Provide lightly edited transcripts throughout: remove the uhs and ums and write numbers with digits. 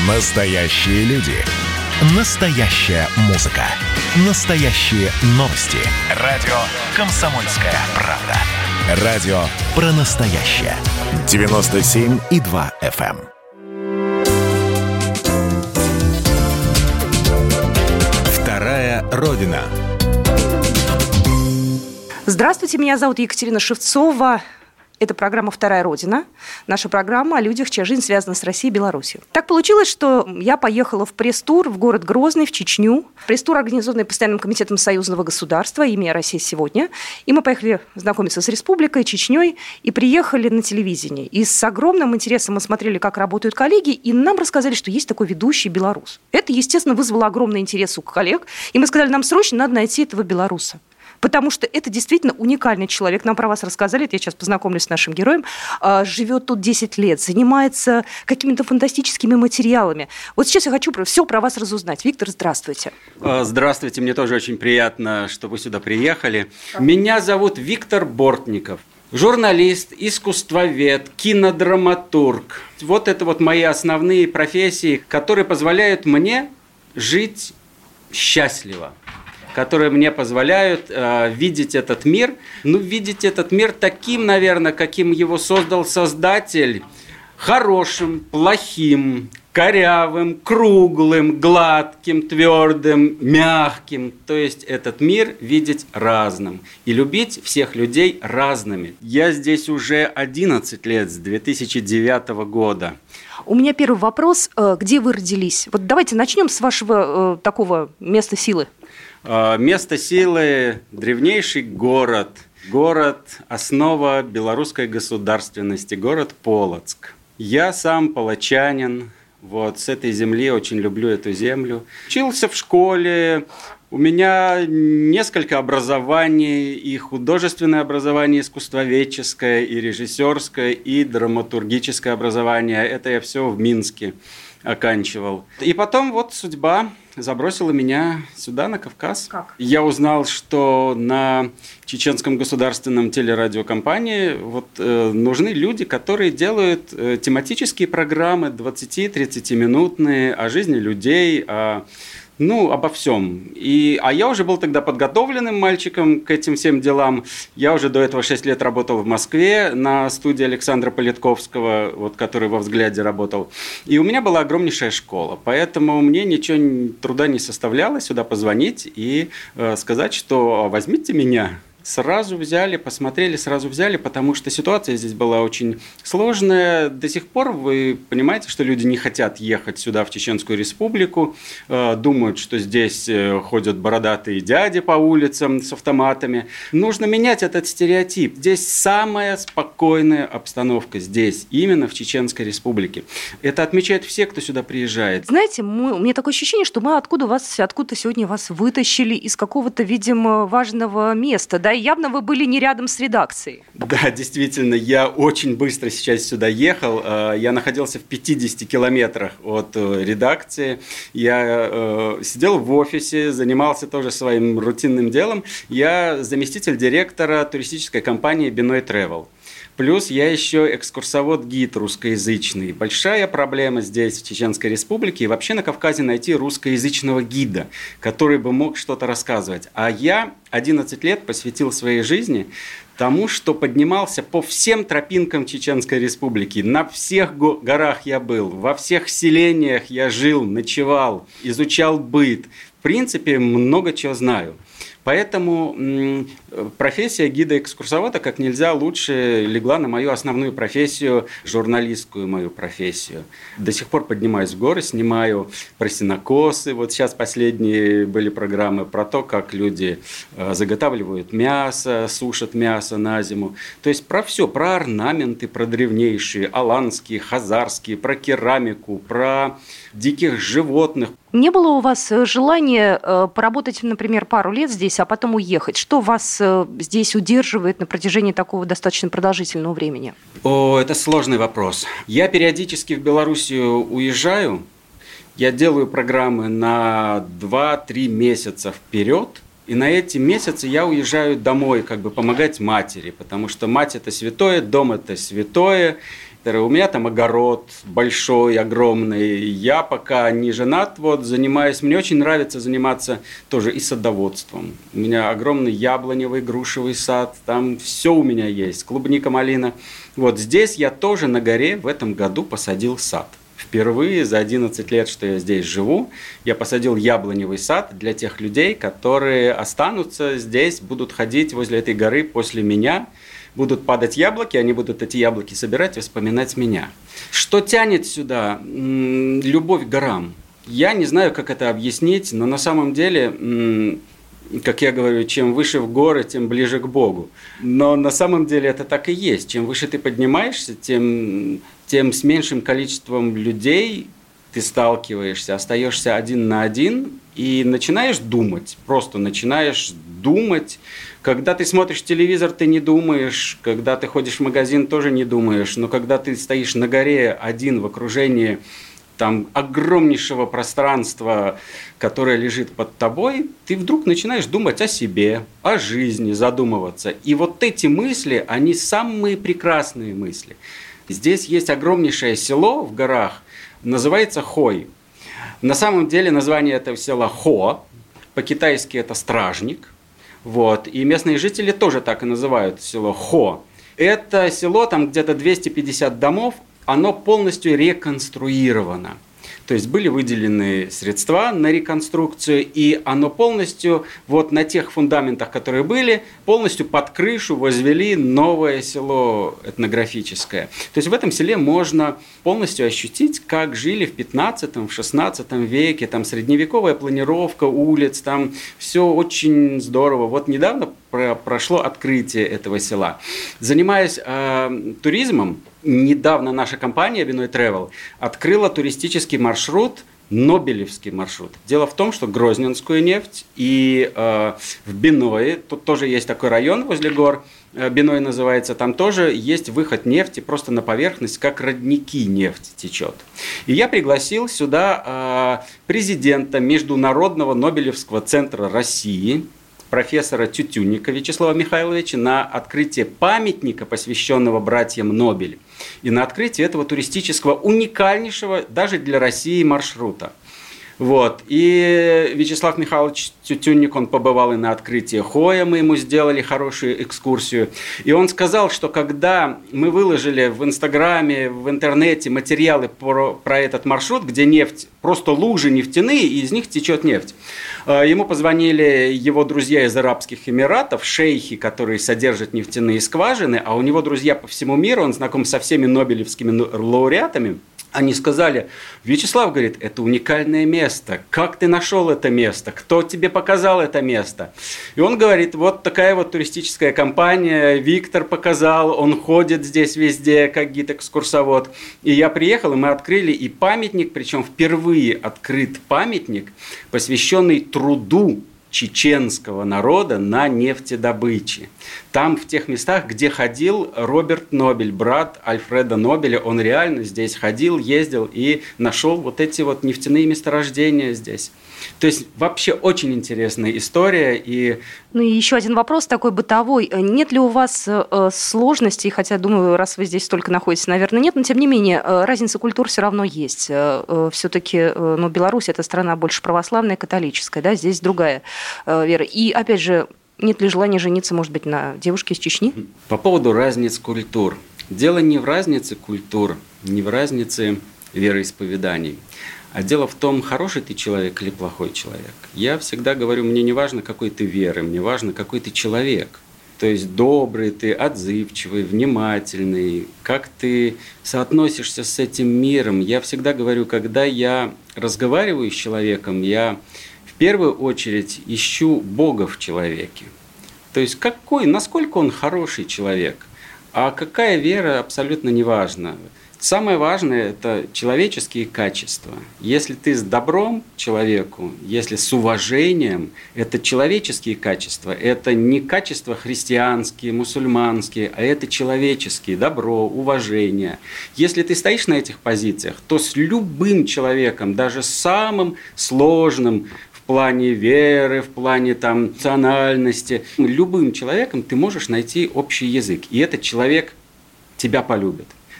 Настоящие люди. Настоящая музыка. Настоящие новости. Радио «Комсомольская правда». Радио про настоящее. 97,2 FM. Вторая Родина. Здравствуйте, меня зовут Екатерина Шевцова. Это программа «Вторая Родина». Наша программа о людях, чья жизнь связана с Россией и Беларусью. Так получилось, что я поехала в пресс-тур в город Грозный, в Чечню. Пресс-тур, организованный Постоянным комитетом Союзного государства имя «Россия сегодня». И мы поехали знакомиться с республикой, Чечней, и приехали на телевидение. И с огромным интересом мы смотрели, как работают коллеги, и нам рассказали, что есть такой ведущий белорус. Это, естественно, вызвало огромный интерес у коллег. И мы сказали, нам срочно надо найти этого белоруса. Потому что это действительно уникальный человек. Нам про вас рассказали, я сейчас познакомлюсь с нашим героем. Живет тут 10 лет, занимается какими-то фантастическими материалами. Вот сейчас я хочу все про вас разузнать. Виктор, здравствуйте. Здравствуйте, мне тоже очень приятно, что вы сюда приехали. Меня зовут Виктор Бортников. Журналист, искусствовед, кинодраматург. Вот это вот мои основные профессии, которые позволяют мне жить счастливо, которые мне позволяют видеть этот мир. Видеть этот мир таким, наверное, каким его создал Создатель. Хорошим, плохим, корявым, круглым, гладким, твердым, мягким. То есть этот мир видеть разным. И любить всех людей разными. Я здесь уже 11 лет, с 2009 года. У меня первый вопрос. Где вы родились? Вот давайте начнем с вашего такого места силы. Место силы – древнейший город. Город – основа белорусской государственности, город Полоцк. Я сам полочанин, с этой земли, очень люблю эту землю. Учился в школе, у меня несколько образований, и художественное образование, искусствоведческое, и режиссерское, и драматургическое образование. Это я все в Минске оканчивал. И потом судьба забросила меня сюда, на Кавказ. Как? Я узнал, что на Чеченском государственном телерадиокомпании нужны люди, которые делают тематические программы 20-30-минутные о жизни людей, обо всем. А я уже был тогда подготовленным мальчиком к этим всем делам. Я уже до этого 6 лет работал в Москве на студии Александра Политковского, который во «Взгляде» работал. И у меня была огромнейшая школа. Поэтому мне ничего труда не составляло сюда позвонить и сказать, что возьмите меня. Сразу взяли, посмотрели, сразу взяли, потому что ситуация здесь была очень сложная. До сих пор вы понимаете, что люди не хотят ехать сюда, в Чеченскую Республику, думают, что здесь ходят бородатые дяди по улицам с автоматами. Нужно менять этот стереотип. Здесь самая спокойная обстановка, здесь, именно в Чеченской Республике. Это отмечают все, кто сюда приезжает. Знаете, у меня такое ощущение, что мы откуда-то сегодня вас вытащили из какого-то, видимо, важного места, да? Явно вы были не рядом с редакцией. Да, действительно, я очень быстро сейчас сюда ехал. Я находился в 50 километрах от редакции. Я сидел в офисе, занимался тоже своим рутинным делом. Я заместитель директора туристической компании «Биной Travel». Плюс я еще экскурсовод-гид русскоязычный. Большая проблема здесь, в Чеченской Республике, и вообще на Кавказе найти русскоязычного гида, который бы мог что-то рассказывать. А я 11 лет посвятил своей жизни тому, что поднимался по всем тропинкам Чеченской Республики. На всех горах я был, во всех селениях я жил, ночевал, изучал быт. В принципе, много чего знаю. Поэтому профессия гида-экскурсовода как нельзя лучше легла на мою основную профессию, журналистскую мою профессию. До сих пор поднимаюсь в горы, снимаю про сенокосы. Сейчас последние были программы про то, как люди заготавливают мясо, сушат мясо на зиму. То есть про все, про орнаменты, про древнейшие, аланские, хазарские, про керамику, про диких животных. Не было у вас желания поработать, например, пару лет здесь, а потом уехать? Что вас здесь удерживает на протяжении такого достаточно продолжительного времени? Это сложный вопрос. Я периодически в Белоруссию уезжаю. Я делаю программы на 2-3 месяца вперед. И на эти месяцы я уезжаю домой, помогать матери. Потому что мать – это святое, дом – это святое. гектары, у меня там огород большой, огромный. Я пока не женат, занимаюсь. Мне очень нравится заниматься тоже и садоводством. У меня огромный яблоневый, грушевый сад, там все у меня есть, клубника, малина. Здесь я тоже на горе в этом году посадил сад. Впервые за 11 лет, что я здесь живу, я посадил яблоневый сад для тех людей, которые останутся здесь, будут ходить возле этой горы после меня, будут падать яблоки, они будут эти яблоки собирать и вспоминать меня. Что тянет сюда? Любовь к горам. Я не знаю, как это объяснить, но на самом деле, как я говорю, чем выше в горы, тем ближе к Богу. Но на самом деле это так и есть. Чем выше ты поднимаешься, тем с меньшим количеством людей ты сталкиваешься, остаешься один на один и начинаешь думать. Просто начинаешь думать. Когда ты смотришь телевизор, ты не думаешь. Когда ты ходишь в магазин, тоже не думаешь. Но когда ты стоишь на горе один в окружении там огромнейшего пространства, которое лежит под тобой, ты вдруг начинаешь думать о себе, о жизни, задумываться. И эти мысли, они самые прекрасные мысли. Здесь есть огромнейшее село в горах, называется Хой. На самом деле название этого села Хо, по-китайски это стражник. И местные жители тоже так и называют село Хо. Это село, там где-то 250 домов, оно полностью реконструировано. То есть были выделены средства на реконструкцию, и оно полностью, на тех фундаментах, которые были, полностью под крышу возвели новое село этнографическое. То есть в этом селе можно полностью ощутить, как жили в 15-16 веке, там средневековая планировка улиц, там все очень здорово. Недавно прошло открытие этого села. Занимаясь туризмом, недавно наша компания Биной Travel открыла туристический маршрут, Нобелевский маршрут. Дело в том, что Грозненскую нефть и в Биное, тут тоже есть такой район возле гор, Биной называется, там тоже есть выход нефти просто на поверхность, как родники нефть течет. И я пригласил сюда президента Международного Нобелевского центра России, профессора Тютюнника Вячеслава Михайловича, на открытие памятника, посвященного братьям Нобель, и на открытие этого туристического, уникальнейшего даже для России маршрута. И Вячеслав Михайлович Тютюнник, он побывал и на открытии Хоя, мы ему сделали хорошую экскурсию. И он сказал, что когда мы выложили в Инстаграме, в интернете материалы про этот маршрут, где нефть, просто лужи нефтяные, и из них течет нефть, ему позвонили его друзья из Арабских Эмиратов, шейхи, которые содержат нефтяные скважины, а у него друзья по всему миру, он знаком со всеми нобелевскими лауреатами. Они сказали: Вячеслав, говорит, это уникальное место. Как ты нашел это место? Кто тебе показал это место? И он говорит: такая туристическая компания, Виктор показал, он ходит здесь везде, как гид-экскурсовод. И я приехал, и мы открыли и памятник, причем впервые открыт памятник, посвященный труду чеченского народа на нефтедобыче. Там, в тех местах, где ходил Роберт Нобель, брат Альфреда Нобеля, он реально здесь ходил, ездил и нашел эти нефтяные месторождения здесь. То есть вообще очень интересная история. И еще один вопрос такой бытовой. Нет ли у вас сложностей, хотя, думаю, раз вы здесь столько находитесь, наверное, нет, но тем не менее, разница культур все равно есть. Все-таки Беларусь – это страна больше православная, католическая, да, здесь другая вера. И, опять же, нет ли желания жениться, может быть, на девушке из Чечни? По поводу разниц культур. Дело не в разнице культур, не в разнице вероисповеданий. А дело в том, хороший ты человек или плохой человек. Я всегда говорю, мне не важно, какой ты веры, мне важно, какой ты человек. То есть добрый ты, отзывчивый, внимательный, как ты соотносишься с этим миром. Я всегда говорю, когда я разговариваю с человеком, я в первую очередь ищу Бога в человеке. То есть насколько он хороший человек, а какая вера, абсолютно не важно. Самое важное – это человеческие качества. Если ты с добром человеку, если с уважением, это человеческие качества. Это не качества христианские, мусульманские, а это человеческие, добро, уважение. Если ты стоишь на этих позициях, то с любым человеком, даже самым сложным в плане веры, в плане национальности, любым человеком ты можешь найти общий язык. И этот человек тебя полюбит.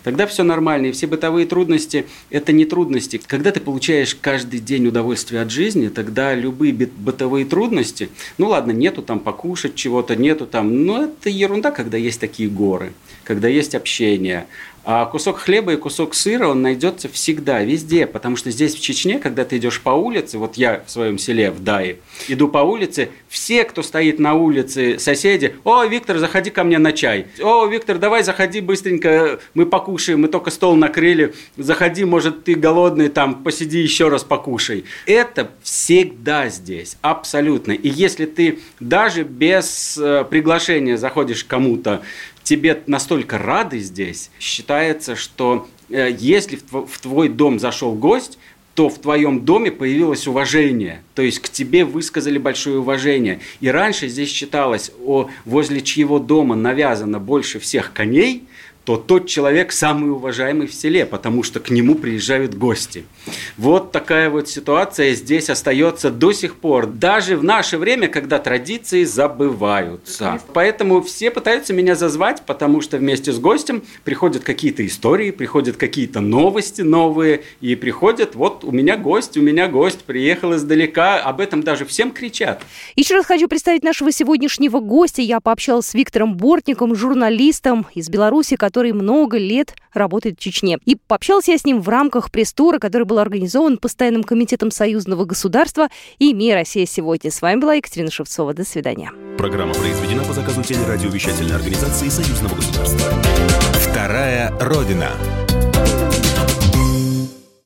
тогда все нормально. И все бытовые трудности – это не трудности. Когда ты получаешь каждый день удовольствие от жизни, тогда любые бытовые трудности, ну ладно, нету там покушать чего-то, нету там, но это ерунда, когда есть такие горы, когда есть общение. А кусок хлеба и кусок сыра, он найдется всегда, везде, потому что здесь, в Чечне, когда ты идешь по улице, вот я в своем селе, в Дае, иду по улице, все, кто стоит на улице, соседи: «О, Виктор, заходи ко мне на чай», «О, Виктор, давай заходи быстренько, мы покушаем, мы только стол накрыли, заходи, может, ты голодный, там, посиди еще раз покушай». Это всегда здесь, абсолютно. И если ты даже без приглашения заходишь к кому-то, тебе настолько рады здесь, считается, что если в твой дом зашел гость, то в твоем доме появилось уважение, то есть к тебе высказали большое уважение. И раньше здесь считалось, возле чьего дома навязано больше всех коней, то тот человек самый уважаемый в селе, потому что к нему приезжают гости. Вот такая вот ситуация здесь остается до сих пор, даже в наше время, когда традиции забываются. Поэтому все пытаются меня зазвать, потому что вместе с гостем приходят какие-то истории, приходят какие-то новости новые, и приходят: вот у меня гость, приехал издалека, об этом даже всем кричат. Еще раз хочу представить нашего сегодняшнего гостя. Я пообщалась с Виктором Бортником, журналистом из Беларуси, который много лет работает в Чечне. И пообщался я с ним в рамках пресс-тура, который был организован Постоянным комитетом Союзного государства и МИА «Россия сегодня». С вами была Екатерина Шевцова. До свидания. Программа произведена по заказу телерадиовещательной организации Союзного государства. Вторая Родина.